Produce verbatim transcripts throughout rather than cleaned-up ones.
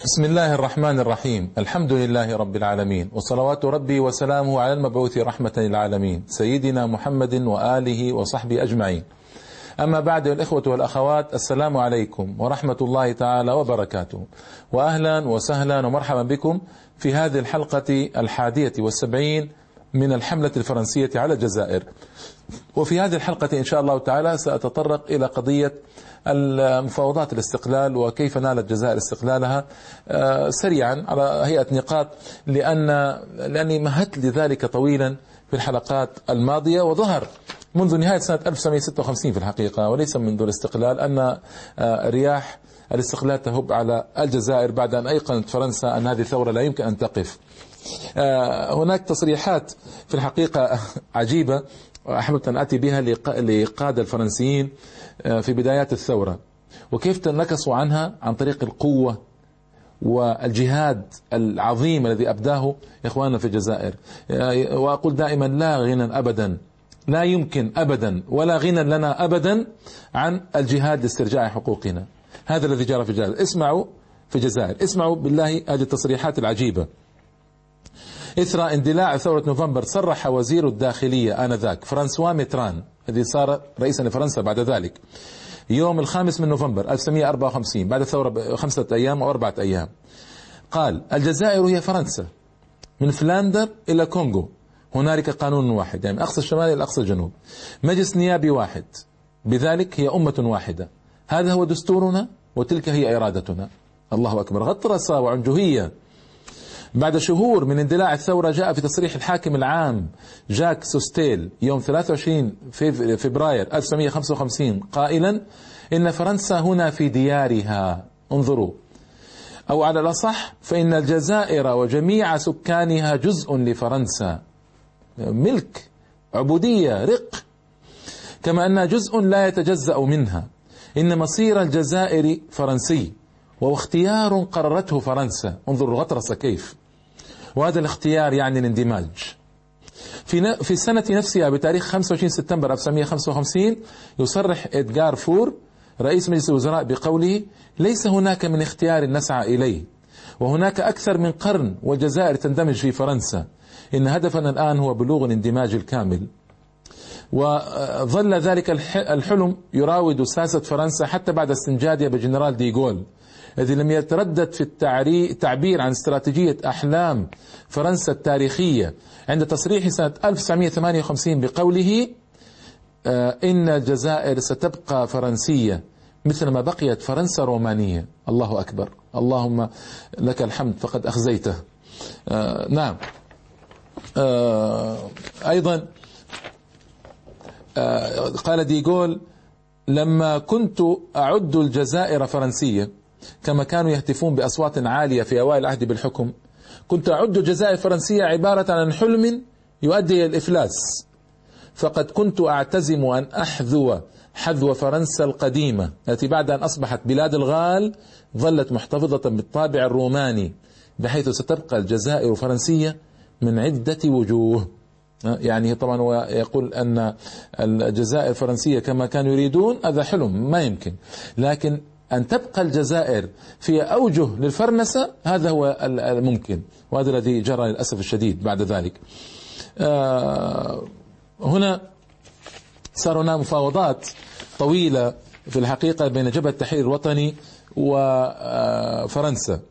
بسم الله الرحمن الرحيم. الحمد لله رب العالمين، وصلوات ربي وسلامه على المبعوث رحمة للعالمين سيدنا محمد وآله وصحبه أجمعين. أما بعد، الإخوة والأخوات، السلام عليكم ورحمة الله تعالى وبركاته، وأهلا وسهلا ومرحبا بكم في هذه الحلقة الحادية والسبعين من الحملة الفرنسية على الجزائر. وفي هذه الحلقة إن شاء الله تعالى سأتطرق إلى قضية المفاوضات الاستقلال وكيف نالت الجزائر استقلالها سريعا على هيئة نقاط، لأن لأني مهدت لذلك طويلا في الحلقات الماضية، وظهر منذ نهاية سنة ألف وتسعمئة وستة وخمسين في الحقيقة وليس منذ الاستقلال أن رياح الاستقلال تهب على الجزائر بعد أن أيقنت فرنسا أن هذه الثورة لا يمكن أن تقف. هناك تصريحات في الحقيقة عجيبة أحببت أن أتي بها لقادة الفرنسيين في بدايات الثورة، وكيف تنكصوا عنها عن طريق القوة والجهاد العظيم الذي أبداه إخواننا في الجزائر. وأقول دائما لا غنى أبدا، لا يمكن أبدا ولا غنى لنا أبدا عن الجهاد لاسترجاع حقوقنا. هذا الذي جرى في الجزائر. اسمعوا في الجزائر، اسمعوا بالله هذه التصريحات العجيبة. إثر اندلاع ثورة نوفمبر، صرح وزير الداخلية آنذاك فرانسوا ميتران الذي صار رئيسا لفرنسا بعد ذلك يوم الخامس من نوفمبر ألف وتسعمئة وأربعة وخمسين بعد الثورة بخمسة أيام أو أربعة أيام، قال: الجزائر هي فرنسا، من فلاندر إلى كونغو هنالك قانون واحد، يعني من أقصى الشمال إلى أقصى الجنوب، مجلس نيابي واحد، بذلك هي أمة واحدة، هذا هو دستورنا وتلك هي إرادتنا. الله أكبر. غطرسة وعنجهية. بعد شهور من اندلاع الثورة جاء في تصريح الحاكم العام جاك سوستيل يوم ثلاثة وعشرين فبراير ألف وتسعمئة وخمسة وخمسين قائلا: إن فرنسا هنا في ديارها. انظروا، أو على الأصح فإن الجزائر وجميع سكانها جزء لفرنسا، ملك، عبودية، رق، كما أنها جزء لا يتجزأ منها. إن مصير الجزائر فرنسي، وهو اختيار قررته فرنسا. انظروا الغطرسة كيف، وهذا الاختيار يعني الاندماج. في في السنة نفسها بتاريخ خمسة وعشرين سبتمبر ألف وتسعمئة وخمسة وخمسين يصرح إدغار فور رئيس مجلس الوزراء بقوله: ليس هناك من اختيار نسعى إليه، وهناك أكثر من قرن والجزائر تندمج في فرنسا. إن هدفنا الآن هو بلوغ الاندماج الكامل. وظل ذلك الحلم يراود ساسة فرنسا حتى بعد استنجادها بجنرال ديغول الذي لم يتردد في التعبير عن استراتيجية أحلام فرنسا التاريخية عند تصريح سنة ألف وتسعمئة وثمانية وخمسين بقوله: إن الجزائر ستبقى فرنسية مثل ما بقيت فرنسا رومانية. الله أكبر. اللهم لك الحمد فقد أخزيته. آه نعم. آه أيضا آه قال ديغول: لما كنت أعد الجزائر فرنسية كما كانوا يهتفون بأصوات عالية في أوائل العهد بالحكم، كنت أعد الجزائر الفرنسية عبارة عن حلم يؤدي إلى الإفلاس، فقد كنت أعتزم أن أحذو حذو فرنسا القديمة التي بعد أن أصبحت بلاد الغال ظلت محتفظة بالطابع الروماني، بحيث ستبقى الجزائر فرنسية من عدة وجوه. يعني طبعا هو يقول أن الجزائر فرنسية كما كانوا يريدون، هذا حلم ما يمكن، لكن أن تبقى الجزائر في أوجه للفرنسة هذا هو الممكن، وهذا الذي جرى للأسف الشديد بعد ذلك. هنا صار هناك مفاوضات طويلة في الحقيقة بين جبهة التحرير الوطني وفرنسا.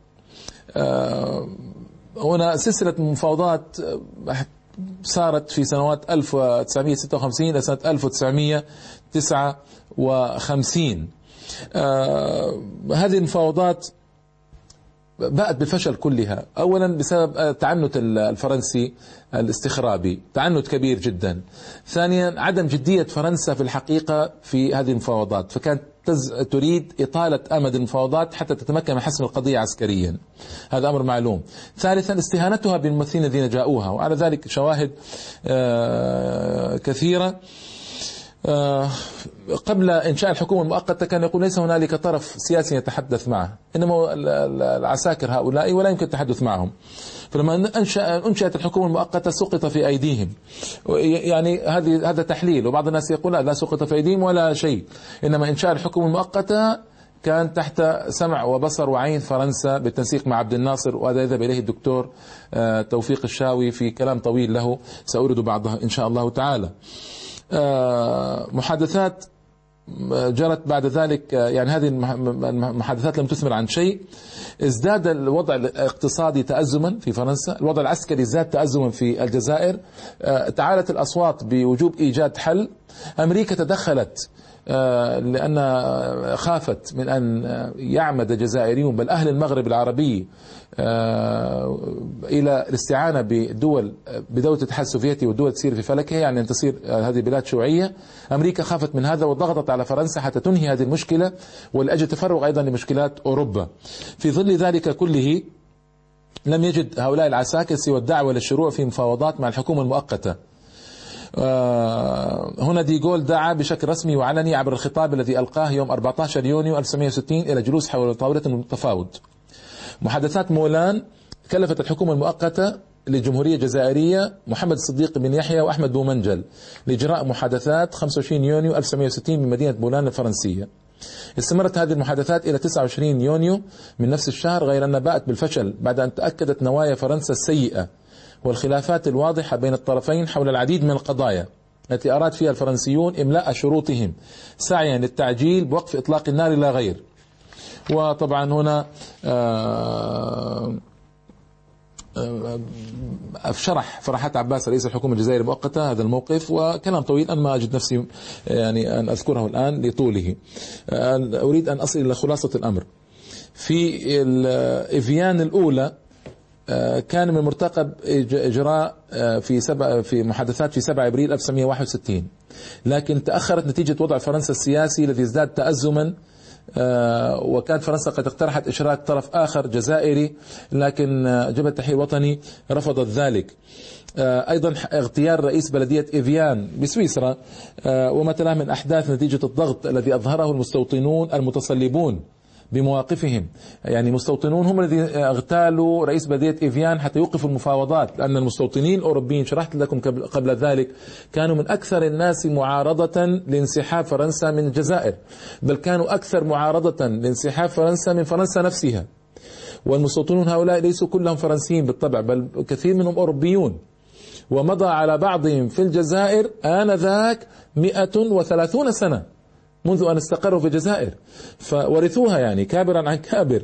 هنا سلسلة مفاوضات صارت في سنوات ألف وتسعمئة وستة وخمسين إلى سنة ألف وتسعمئة وتسعة وخمسين. آه هذه المفاوضات بأت بالفشل كلها. أولا بسبب التعنت الفرنسي الاستخرابي، تعنت كبير جدا. ثانيا عدم جدية فرنسا في الحقيقة في هذه المفاوضات، فكانت تريد إطالة أمد المفاوضات حتى تتمكن من حسم القضية عسكريا، هذا أمر معلوم. ثالثا استهانتها بالممثلين الذين جاءوها، وعلى ذلك شواهد آه كثيرة. آه قبل إنشاء الحكومة المؤقتة كان يقول ليس هنالك طرف سياسي يتحدث معه، إنما العساكر هؤلاء ولا يمكن التحدث معهم. فلما أنشأ أنشأت الحكومة المؤقتة سقط في أيديهم. يعني هذه هذا تحليل، وبعض الناس يقول لا, لا سقط في أيديهم ولا شيء، إنما إنشاء الحكومة المؤقتة كان تحت سمع وبصر وعين فرنسا بالتنسيق مع عبد الناصر، وهذا يذهب إليه الدكتور توفيق الشاوي في كلام طويل له سأورد بعضها إن شاء الله تعالى. محادثات جرت بعد ذلك، يعني هذه المحادثات لم تثمر عن شيء. ازداد الوضع الاقتصادي تأزما في فرنسا، الوضع العسكري زاد تأزما في الجزائر، تعالت الأصوات بوجوب إيجاد حل. أمريكا تدخلت لأن خافت من أن يعمد جزائريون بل أهل المغرب العربي إلى الاستعانة بدول بدولة الاتحاد السوفيتي والدول تسير في فلكها، يعني أن تصير هذه بلاد شيوعية. أمريكا خافت من هذا وضغطت على فرنسا حتى تنهي هذه المشكلة ولأجل تفرغ أيضا لمشكلات أوروبا. في ظل ذلك كله لم يجد هؤلاء العساكر سوى الدعوة للشروع في مفاوضات مع الحكومة المؤقتة. هنا ديغول دعا بشكل رسمي وعلني عبر الخطاب الذي ألقاه يوم أربعة عشر يونيو ألف وتسعمئة وستين إلى جلوس حول طاولة التفاوض. محادثات مولان كلفت الحكومة المؤقتة للجمهورية الجزائرية محمد الصديق بن يحيى وأحمد بومنجل لإجراء محادثات خمسة وعشرين يونيو ألف وتسعمئة وستين بمدينة مولان الفرنسية. استمرت هذه المحادثات إلى تسعة وعشرين يونيو من نفس الشهر، غير أنها باءت بالفشل بعد أن تأكدت نوايا فرنسا السيئة والخلافات الواضحة بين الطرفين حول العديد من القضايا التي أراد فيها الفرنسيون إملاء شروطهم سعيا للتعجيل بوقف إطلاق النار لا غير. وطبعا هنا شرح فرحات عباس رئيس الحكومة الجزائرية المؤقتة هذا الموقف، وكلام طويل أنا ما أجد نفسي يعني أن أذكره الآن لطوله. أريد أن أصل إلى خلاصة الأمر. في الإفيان الأولى كان من المرتقب إجراء في سبع في محادثات في سبعة أبريل ألف وتسعمئة وواحد وستين، لكن تأخرت نتيجة وضع فرنسا السياسي الذي ازداد تأزما، وكانت فرنسا قد اقترحت إشراك طرف آخر جزائري، لكن جبهة التحرير الوطني رفضت ذلك. أيضا اغتيال رئيس بلدية إفيان بسويسرا وما تلاه من أحداث نتيجة الضغط الذي أظهره المستوطنون المتصلبون بمواقفهم، يعني مستوطنون هم الذين اغتالوا رئيس بلدية إفيان حتى يوقفوا المفاوضات، لأن المستوطنين الأوروبيين شرحت لكم قبل ذلك كانوا من أكثر الناس معارضة لانسحاب فرنسا من الجزائر، بل كانوا أكثر معارضة لانسحاب فرنسا من فرنسا نفسها. والمستوطنون هؤلاء ليسوا كلهم فرنسيين بالطبع، بل كثير منهم أوروبيون، ومضى على بعضهم في الجزائر آنذاك مئة وثلاثون سنة منذ أن استقروا في الجزائر، فورثوها يعني كابرا عن كابر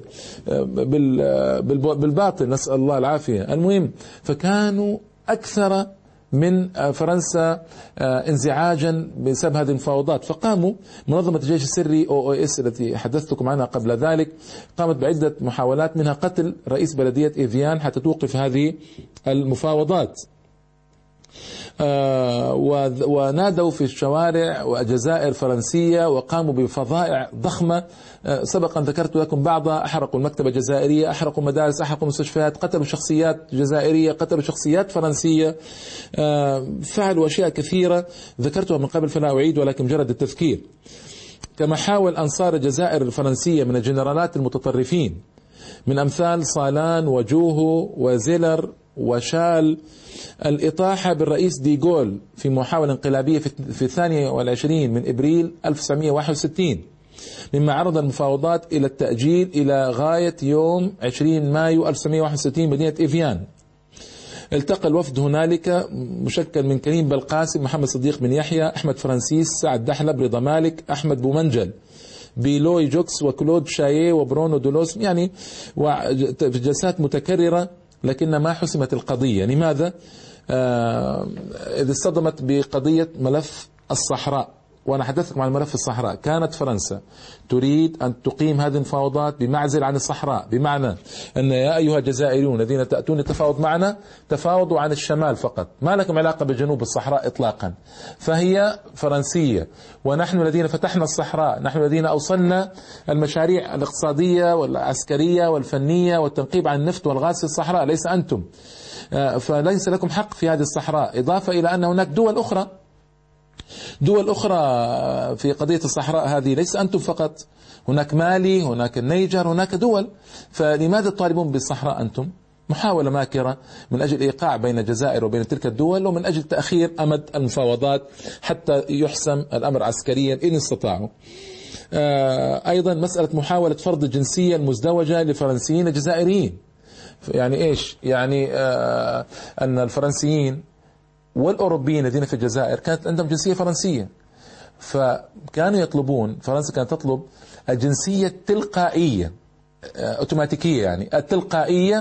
بالباطل، نسأل الله العافية. المهم فكانوا أكثر من فرنسا انزعاجا بسبب هذه المفاوضات، فقاموا منظمة الجيش السري أو أو إس التي حدثتكم عنها قبل ذلك قامت بعدة محاولات منها قتل رئيس بلدية إفيان حتى توقف هذه المفاوضات. آه ونادوا في الشوارع وجزائر فرنسية وقاموا بفظائع ضخمة. آه سبقا ذكرت لكم بعضها، أحرقوا المكتبة الجزائرية، أحرقوا مدارس، أحرقوا مستشفيات، قتلوا شخصيات جزائرية، قتلوا شخصيات فرنسية، آه فعلوا أشياء كثيرة ذكرتها من قبل فلا أعيد ولكن مجرد التذكير. كما حاول أنصار الجزائر الفرنسية من الجنرالات المتطرفين من أمثال صالان وجوهو وزيلر وشال الإطاحة بالرئيس ديغول في محاولة انقلابية في الثانية والعشرين من إبريل ألف وتسعمئة وواحد وستين، مما عرض المفاوضات إلى التأجيل إلى غاية يوم عشرين مايو ألف وتسعمئة وواحد وستين مدينة إفيان. التقى الوفد هنالك مشكل من كريم بلقاسم، محمد صديق بن يحيى، أحمد فرانسيس، سعد دحلب، رضا مالك، أحمد بومنجل، بيلوي جوكس، وكلود شاييه، وبرونو دولوس، يعني في جلسات متكررة لكن ما حسمت القضية. لماذا؟ آه إذ اصطدمت بقضية ملف الصحراء، وأنا حدثتكم عن ملف الصحراء. كانت فرنسا تريد أن تقيم هذه المفاوضات بمعزل عن الصحراء، بمعنى أن يا أيها الجزائريون الذين تأتون التفاوض معنا تفاوضوا عن الشمال فقط، ما لكم علاقة بالجنوب الصحراء إطلاقا، فهي فرنسية، ونحن الذين فتحنا الصحراء، نحن الذين أوصلنا المشاريع الاقتصادية والعسكرية والفنية والتنقيب عن النفط والغاز في الصحراء، ليس أنتم، فليس لكم حق في هذه الصحراء. إضافة إلى أن هناك دول أخرى دول أخرى في قضية الصحراء هذه، ليس أنتم فقط، هناك مالي، هناك النيجر، هناك دول، فلماذا تطالبون بالصحراء أنتم؟ محاولة ماكرة من أجل إيقاع بين الجزائر وبين تلك الدول، ومن أجل تأخير أمد المفاوضات حتى يحسم الأمر عسكريا إن استطاعوا. أيضا مسألة محاولة فرض الجنسية المزدوجة لفرنسيين الجزائريين. يعني إيش؟ يعني أن الفرنسيين والأوروبيين الذين في الجزائر كانت عندهم جنسية فرنسية، فكانوا يطلبون، فرنسا كانت تطلب الجنسية التلقائية اوتوماتيكية، يعني التلقائية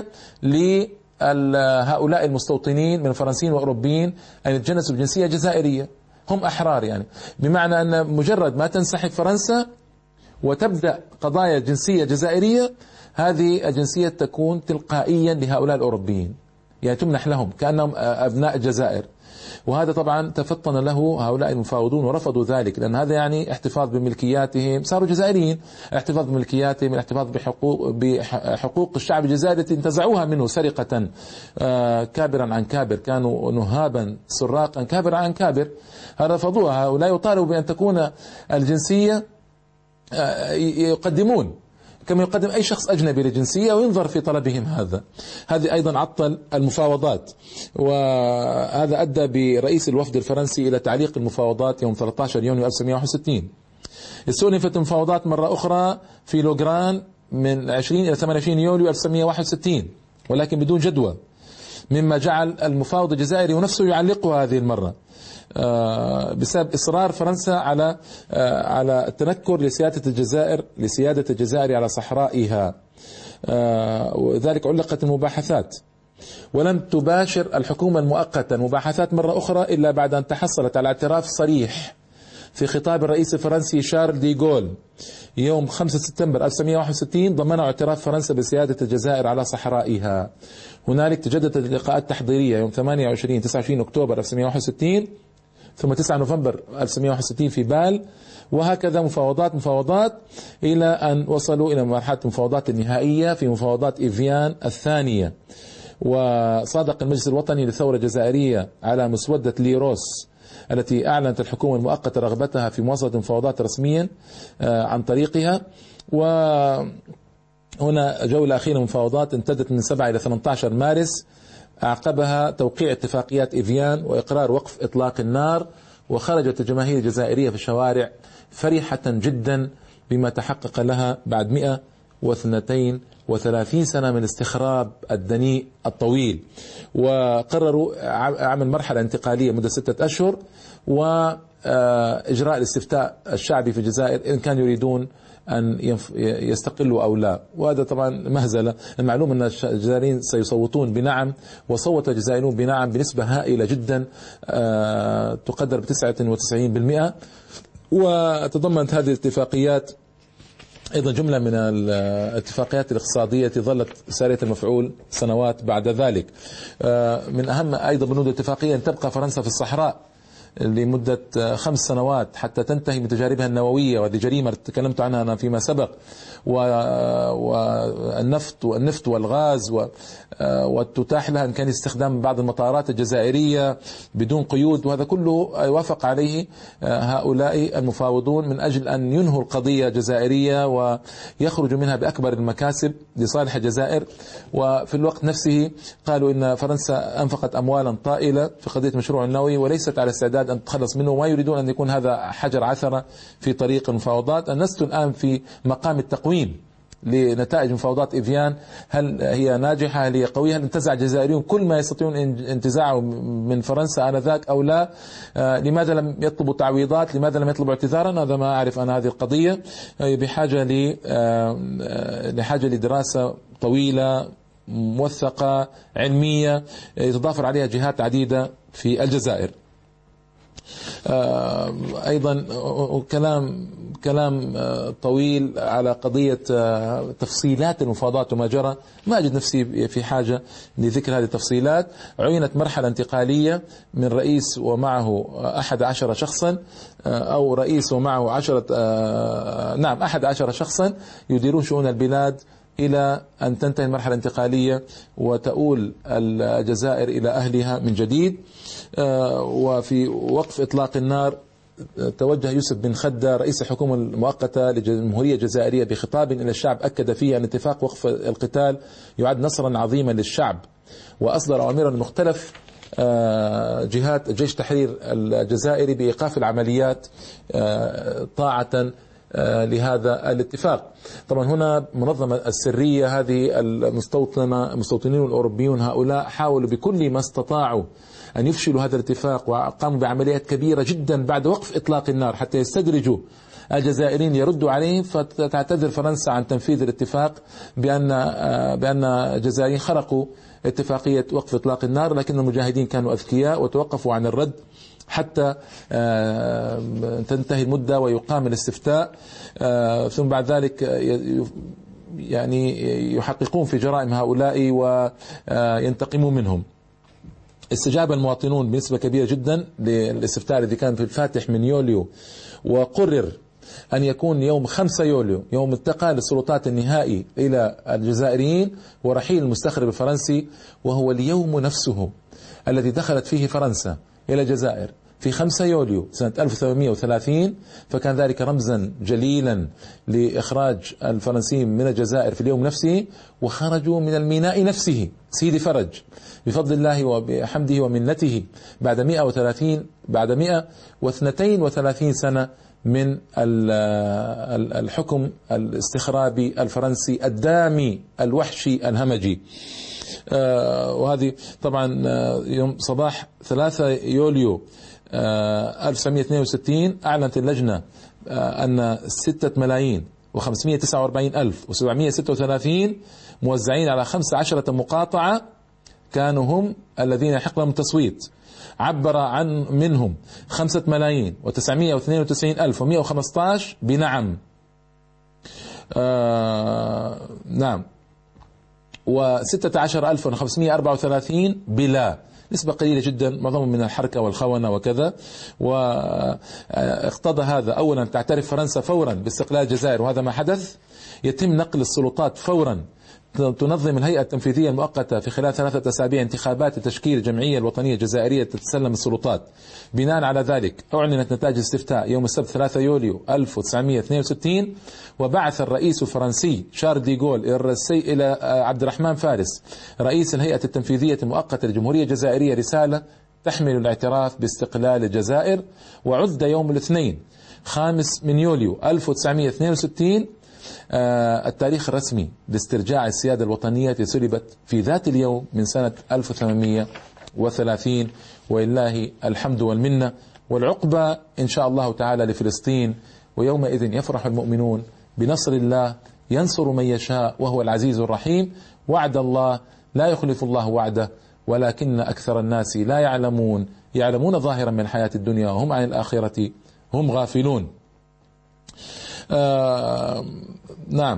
لهؤلاء المستوطنين من الفرنسيين والأوروبيين أن يتجنسوا بجنسية جزائرية، هم أحرار، يعني بمعنى أن مجرد ما تنسحب فرنسا وتبدأ قضايا جنسية جزائرية، هذه الجنسية تكون تلقائيا لهؤلاء الأوروبيين، يعني تمنح لهم كأنهم أبناء الجزائر. وهذا طبعا تفطن له هؤلاء المفاوضون ورفضوا ذلك، لأن هذا يعني احتفاظ بملكياتهم، صاروا جزائريين، احتفاظ بملكياتهم، الاحتفاظ بحقوق بحقوق الشعب الجزائري التي انتزعوها منه سرقة كابرا عن كابر، كانوا نهابا سراقا كابرا عن كابر، هذا رفضوها هؤلاء، يطالبوا بأن تكون الجنسية، يقدمون كما يقدم أي شخص أجنبي للجنسية وينظر في طلبهم هذا. هذه أيضا عطل المفاوضات، وهذا أدى برئيس الوفد الفرنسي إلى تعليق المفاوضات يوم ثلاثة عشر يونيو ألف وتسعمائة وواحد وستين. استؤنفت المفاوضات مرة أخرى في لوغران من عشرين إلى ثمانية وعشرين يوليو ألف وتسعمائة وواحد وستين، ولكن بدون جدوى، مما جعل المفاوض الجزائري ونفسه يعلقها هذه المرة بسبب إصرار فرنسا على على التنكر لسيادة الجزائر لسيادة الجزائر على صحرائها، وذلك علقت المباحثات، ولم تباشر الحكومة المؤقتة المباحثات مرة أخرى إلا بعد أن تحصلت على اعتراف صريح في خطاب الرئيس الفرنسي شارل دي غول يوم خمسة سبتمبر ألف وتسعمائة وواحد وستين، ضمن اعتراف فرنسا بسيادة الجزائر على صحرائها. هنالك تجددت اللقاءات التحضيرية يوم ثمانية وعشرين تسعة وعشرين أكتوبر ألف وتسعمائة وواحد وستين، ثم تسعة نوفمبر ألف وتسعمائة وواحد وستين في بال، وهكذا مفاوضات مفاوضات إلى أن وصلوا إلى مرحلة المفاوضات النهائية في مفاوضات إيفيان الثانية. وصادق المجلس الوطني للثورة الجزائرية على مسودة ليروس التي أعلنت الحكومة المؤقتة رغبتها في مواصلة المفاوضات رسميا عن طريقها. وهنا جولة أخيرة من المفاوضات امتدت من سبعة إلى ثمانية عشر مارس، أعقبها توقيع اتفاقيات إيفيان وإقرار وقف إطلاق النار، وخرجت الجماهير الجزائرية في الشوارع فرحة جدا بما تحقق لها بعد مئة واثنتين وثلاثين سنة من الاستخراب الدنيء الطويل. وقرروا عمل مرحلة انتقالية مدة ستة أشهر وإجراء الاستفتاء الشعبي في الجزائر إن كانوا يريدون أن يستقلوا أو لا. وهذا طبعا مهزلة. المعلوم أن الجزائريين سيصوتون بنعم، وصوت الجزائريون بنعم بنسبة هائلة جدا تقدر بتسعة وتسعين بالمئة. وتضمنت هذه الاتفاقيات أيضا جملة من الاتفاقيات الاقتصادية التي ظلت سارية المفعول سنوات بعد ذلك. من أهم أيضا بنود الاتفاقية أن تبقى فرنسا في الصحراء لمدة خمس سنوات حتى تنتهي من تجاربها النووية، وهذه جريمة تكلمت عنها أنا فيما سبق، والنفط والنفط والغاز، وتتاح لها إن كان استخدام بعض المطارات الجزائرية بدون قيود، وهذا كله يوافق عليه هؤلاء المفاوضون من أجل أن ينهوا القضية الجزائرية ويخرجوا منها بأكبر المكاسب لصالح الجزائر. وفي الوقت نفسه قالوا إن فرنسا أنفقت أموالا طائلة في قضية مشروع النووي وليست على استعداد أن تتخلص منه، وما يريدون أن يكون هذا حجر عثرة في طريق المفاوضات. لست الآن في مقام التقويم لنتائج مفاوضات إيفيان، هل هي ناجحة، هل هي قوية، هل انتزع الجزائريون كل ما يستطيعون انتزاعه من فرنسا آنذاك أو لا، آه لماذا لم يطلبوا تعويضات، لماذا لم يطلبوا اعتذارا، هذا ما أعرف أنا. هذه القضية آه بحاجة ل آه لحاجة لدراسة طويلة موثقة علمية يتضافر عليها جهات عديدة في الجزائر. أيضا كلام كلام طويل على قضية تفصيلات المفاوضات وما جرى، ما أجد نفسي في حاجة لذكر هذه التفصيلات. عينت مرحلة انتقالية من رئيس ومعه أحد عشر شخصا، أو رئيس ومعه عشرة نعم أحد عشر شخصا يديرون شؤون البلاد إلى أن تنتهي المرحلة الانتقالية وتؤول الجزائر إلى أهلها من جديد. وفي وقف إطلاق النار توجه يوسف بن خدة رئيس الحكومة المؤقتة للجمهورية الجزائرية بخطاب إلى الشعب أكد فيه أن اتفاق وقف القتال يعد نصرا عظيما للشعب، وأصدر أوامرا لمختلف جهات الجيش التحرير الجزائري بإيقاف العمليات طاعة لهذا الاتفاق. طبعا هنا منظمة السرية هذه المستوطنة المستوطنين الأوروبيون هؤلاء حاولوا بكل ما استطاعوا أن يفشلوا هذا الاتفاق، وقاموا بعمليات كبيرة جدا بعد وقف إطلاق النار حتى يستدرجوا الجزائريين يردوا عليه، فتعتذر فرنسا عن تنفيذ الاتفاق بأن بأن الجزائريين خرقوا اتفاقية وقف إطلاق النار، لكن المجاهدين كانوا أذكياء وتوقفوا عن الرد حتى تنتهي المدة ويقام الاستفتاء، ثم بعد ذلك يعني يحققون في جرائم هؤلاء وينتقمون منهم. استجاب المواطنون بنسبة كبيرة جدا للاستفتاء الذي كان في الفاتح من يوليو، وقرر أن يكون يوم خمسة يوليو يوم انتقال السلطات النهائي إلى الجزائريين ورحيل المستخرب الفرنسي، وهو اليوم نفسه الذي دخلت فيه فرنسا إلى الجزائر في خمسة يوليو سنة ألف وثمانمئة وثلاثين، فكان ذلك رمزا جليلا لإخراج الفرنسيين من الجزائر في اليوم نفسه، وخرجوا من الميناء نفسه سيدي فرج بفضل الله وبحمده ومنته بعد مئة وثلاثين بعد مئة واثنتين وثلاثين سنة من الحكم الاستخرابي الفرنسي الدامي الوحشي الهمجي. وهذه طبعا يوم صباح ثلاثة يوليو ألف وتسعمئة واثنين وستين أعلنت اللجنة أن ستة ملايين وخمسمئة وتسعة وأربعين ألف وسبعمئة وستة وثلاثين موزعين على خمس عشرة مقاطعة كانوا هم الذين يحق لهم التصويت، عبر عن منهم خمسة ملايين وتسعمئة واثنين وتسعين ألف ومئة وخمسة عشر بنعم. آه نعم وستة عشر ألف وخمسمئة وأربعة وثلاثين بلا، نسبة قليلة جدا، معظمهم من الحركة والخونة وكذا. واقتضى هذا أولا أن تعترف فرنسا فورا باستقلال الجزائر، وهذا ما حدث. يتم نقل السلطات فورا، تنظم الهيئة التنفيذية المؤقتة في خلال ثلاثة أسابيع انتخابات لتشكيل الجمعية الوطنية الجزائرية تتسلم السلطات. بناء على ذلك أعلنت نتائج الاستفتاء يوم السبت ثلاثة يوليو ألف وتسعمئة واثنين وستين، وبعث الرئيس الفرنسي شارل دي جول إلى عبد الرحمن فارس رئيس الهيئة التنفيذية المؤقتة للجمهورية الجزائرية رسالة تحمل الاعتراف باستقلال الجزائر. وعد يوم الاثنين خامس من يوليو ألف وتسعمئة واثنين وستين التاريخ الرسمي لاسترجاع السيادة الوطنية التي سلبت في ذات اليوم من سنة ألف وثمانمئة وثلاثين، ولله الحمد والمنة. والعقبة إن شاء الله تعالى لفلسطين، ويومئذ يفرح المؤمنون بنصر الله ينصر من يشاء وهو العزيز الرحيم. وعد الله لا يخلف الله وعده، ولكن أكثر الناس لا يعلمون، يعلمون ظاهرا من الحياة الدنيا وهم عن الآخرة هم غافلون. آه نعم.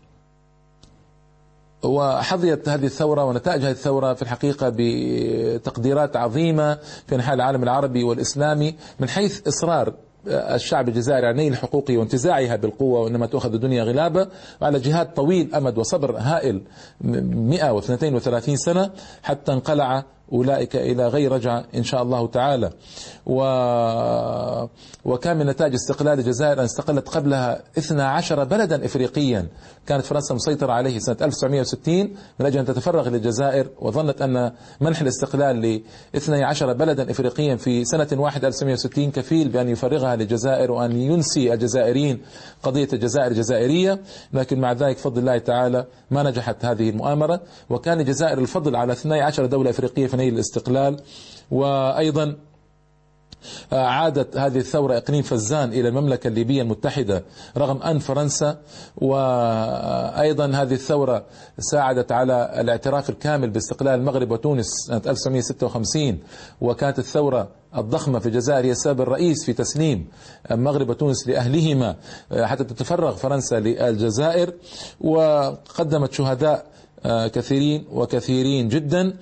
وحظيت هذه الثورة ونتائج هذه الثورة في الحقيقة بتقديرات عظيمة في أنحاء العالم العربي والإسلامي، من حيث إصرار الشعب الجزائري على نيل حقوقه وانتزاعها بالقوة، وإنما تأخذ الدنيا غلابة، وعلى جهاد طويل أمد وصبر هائل مئة واثنين وثلاثين سنة حتى انقلع أولئك إلى غير رجعة إن شاء الله تعالى. و... وكان من نتائج استقلال الجزائر أن استقلت قبلها اثنا عشر بلدا إفريقيا كانت فرنسا مسيطرة عليه سنة ألف وتسعمئة وستين من أجل أن تتفرغ للجزائر، وظنت أن منح الاستقلال لاثني عشر بلدا إفريقيا في سنة واحدة ألف وتسعمئة وستين كفيل بأن يفرغها للجزائر وأن ينسي الجزائريين قضية الجزائر الجزائرية. لكن مع ذلك فضل الله تعالى ما نجحت هذه المؤامرة، وكان الجزائر الفضل على اثنتي عشرة دولة إفريقية في نيل الاستقلال. وأيضا عادت هذه الثورة إقليم فزان إلى المملكة الليبية المتحدة رغم أن فرنسا. وأيضا هذه الثورة ساعدت على الاعتراف الكامل باستقلال المغرب وتونس سنة ألف وتسعمئة وستة وخمسين، وكانت الثورة الضخمة في الجزائر هي السبب الرئيس في تسليم المغرب وتونس لأهلهما حتى تتفرغ فرنسا للجزائر. وقدمت شهداء كثيرين وكثيرين جدا،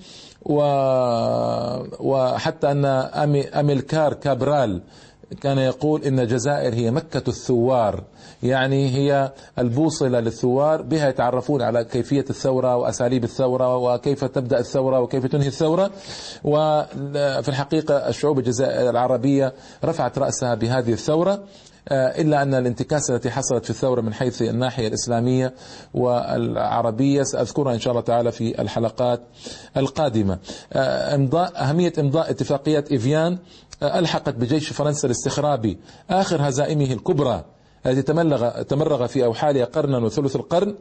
وحتى أن أميلكار كابرال كان يقول إن الجزائر هي مكة الثوار، يعني هي البوصلة للثوار، بها يتعرفون على كيفية الثورة وأساليب الثورة وكيف تبدأ الثورة وكيف تنهي الثورة. وفي الحقيقة الشعوب الجزائر العربية رفعت رأسها بهذه الثورة، إلا أن الانتكاسة التي حصلت في الثورة من حيث الناحية الإسلامية والعربية سأذكرها إن شاء الله تعالى في الحلقات القادمة. إمضاء أهمية إمضاء اتفاقية إيفيان ألحقت بجيش فرنسا الاستخرابي آخر هزائمه الكبرى التي تملغ تمرغ في أوحالها قرنا وثلث القرن،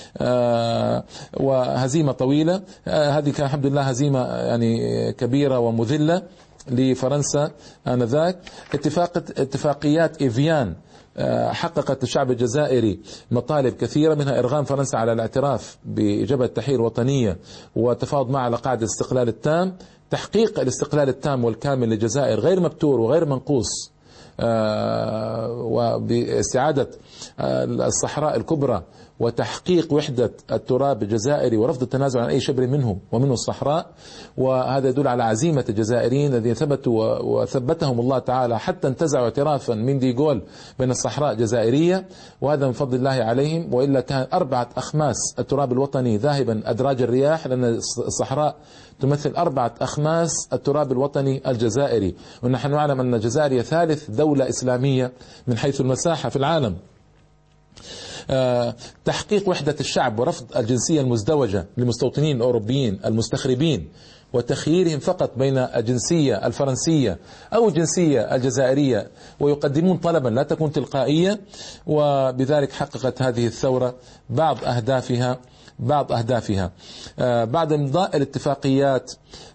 وهزيمة طويلة. هذه كان الحمد لله هزيمة يعني كبيرة ومذلة لفرنسا آنذاك. اتفاق اتفاقيات إيفيان حققت الشعب الجزائري مطالب كثيرة، منها إرغام فرنسا على الاعتراف بجبهة التحرير الوطنية والتفاوض معها على قاعدة الاستقلال التام. تحقيق الاستقلال التام والكامل للجزائر غير مبتور وغير منقوص، وباستعادة الصحراء الكبرى وتحقيق وحدة التراب الجزائري ورفض التنازل عن أي شبر منه ومنه الصحراء. وهذا يدل على عزيمة الجزائريين الذين ثبتوا وثبتهم الله تعالى حتى انتزعوا اعترافا من ديغول بين الصحراء الجزائرية، وهذا من فضل الله عليهم. وإلا كان أربعة أخماس التراب الوطني ذاهبا أدراج الرياح، لأن الصحراء تمثل أربعة أخماس التراب الوطني الجزائري، ونحن نعلم أن الجزائر ثالث دولة إسلامية من حيث المساحة في العالم. تحقيق وحدة الشعب ورفض الجنسية المزدوجة للمستوطنين الأوروبيين المستخربين وتخييرهم فقط بين الجنسية الفرنسية أو الجنسية الجزائرية، ويقدمون طلبا لا تكون تلقائية. وبذلك حققت هذه الثورة بعض أهدافها بعض أهدافها بعد إمضاء الاتفاقيات.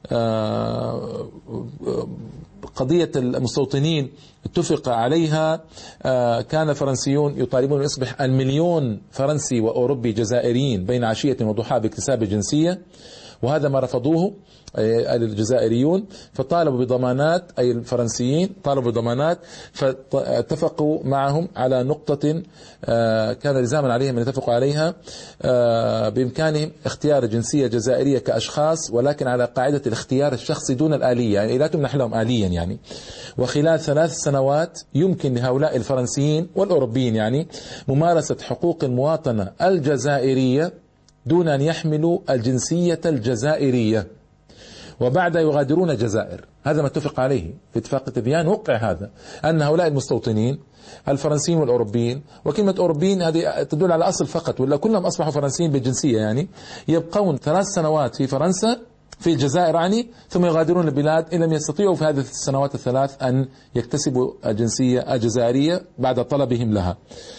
قضية المستوطنين اتفق عليها، كان الفرنسيون يطالبون أن يصبح المليون فرنسي وأوروبي جزائريين بين عشية وضحاها باكتساب الجنسية، وهذا ما رفضوه الجزائريون، فطالبوا بضمانات، أي الفرنسيين طالبوا بضمانات، فاتفقوا معهم على نقطة كان لزاما عليهم أن يتفقوا عليها، بإمكانهم اختيار الجنسية الجزائرية كأشخاص، ولكن على قاعدة الاختيار الشخصي دون الآلية، يعني لا تمنح لهم آليا يعني. وخلال ثلاث سنوات يمكن لهؤلاء الفرنسيين والأوروبيين يعني ممارسة حقوق المواطنة الجزائرية دون أن يحملوا الجنسية الجزائرية، وبعد يغادرون الجزائر. هذا ما اتفق عليه في اتفاق إيفيان. وقع هذا أن هؤلاء المستوطنين الفرنسيين والأوروبيين، وكلمة أوروبيين هذه تدل على أصل فقط، ولا كلهم أصبحوا فرنسيين بالجنسية يعني، يبقون ثلاث سنوات في فرنسا في الجزائر يعني، ثم يغادرون البلاد إن لم يستطيعوا في هذه السنوات الثلاث أن يكتسبوا الجنسية الجزائرية بعد طلبهم لها.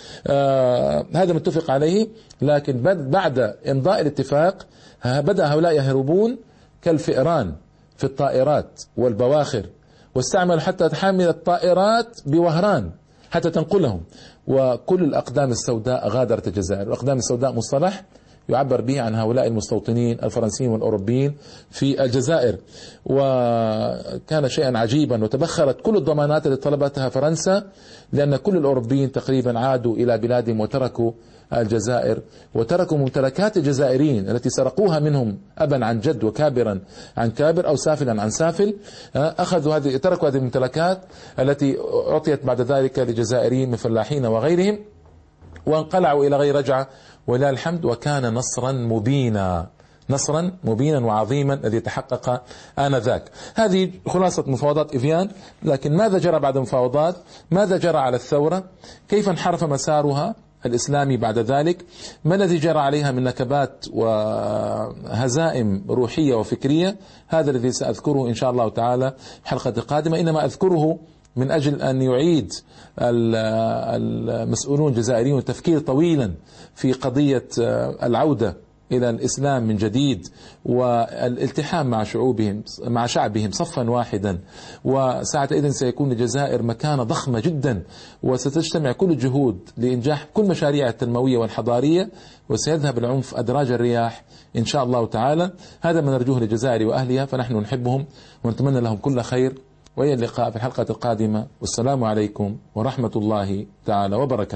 آه هذا متفق عليه. لكن بعد إمضاء الاتفاق بدأ هؤلاء يهربون كالفئران في الطائرات والبواخر، واستعملوا حتى تحمل الطائرات بوهران حتى تنقلهم، وكل الأقدام السوداء غادرت الجزائر. الأقدام السوداء مصطلح يعبر به عن هؤلاء المستوطنين الفرنسيين والأوروبيين في الجزائر، وكان شيئا عجيبا. وتبخرت كل الضمانات التي طلبتها فرنسا، لأن كل الأوروبيين تقريبا عادوا إلى بلادهم وتركوا الجزائر، وتركوا ممتلكات الجزائريين التي سرقوها منهم أبا عن جد وكابرا عن كابر أو سافلا عن سافل. أخذوا هذه تركوا هذه الممتلكات التي أعطيت بعد ذلك لجزائريين من فلاحين وغيرهم، وانقلعوا إلى غير رجعة ولله الحمد. وكان نصرا مبينا نصرا مبينا وعظيما الذي تحقق آنذاك. هذه خلاصة مفاوضات إيفيان. لكن ماذا جرى بعد المفاوضات؟ ماذا جرى على الثورة؟ كيف انحرف مسارها الإسلامي بعد ذلك؟ ما الذي جرى عليها من نكبات وهزائم روحية وفكرية؟ هذا الذي سأذكره إن شاء الله تعالى الحلقة القادمة. إنما أذكره من أجل أن يعيد المسؤولون الجزائريون التفكير طويلا في قضية العودة إلى الإسلام من جديد، والالتحام مع شعوبهم مع شعبهم صفا واحدا. وساعتئذ سيكون الجزائر مكانة ضخمة جدا، وستجتمع كل الجهود لإنجاح كل مشاريع التنموية والحضارية، وسيذهب العنف أدراج الرياح إن شاء الله تعالى. هذا ما نرجوه للجزائر وأهلها، فنحن نحبهم ونتمنى لهم كل خير. وإلى اللقاء في الحلقة القادمة، والسلام عليكم ورحمة الله تعالى وبركاته.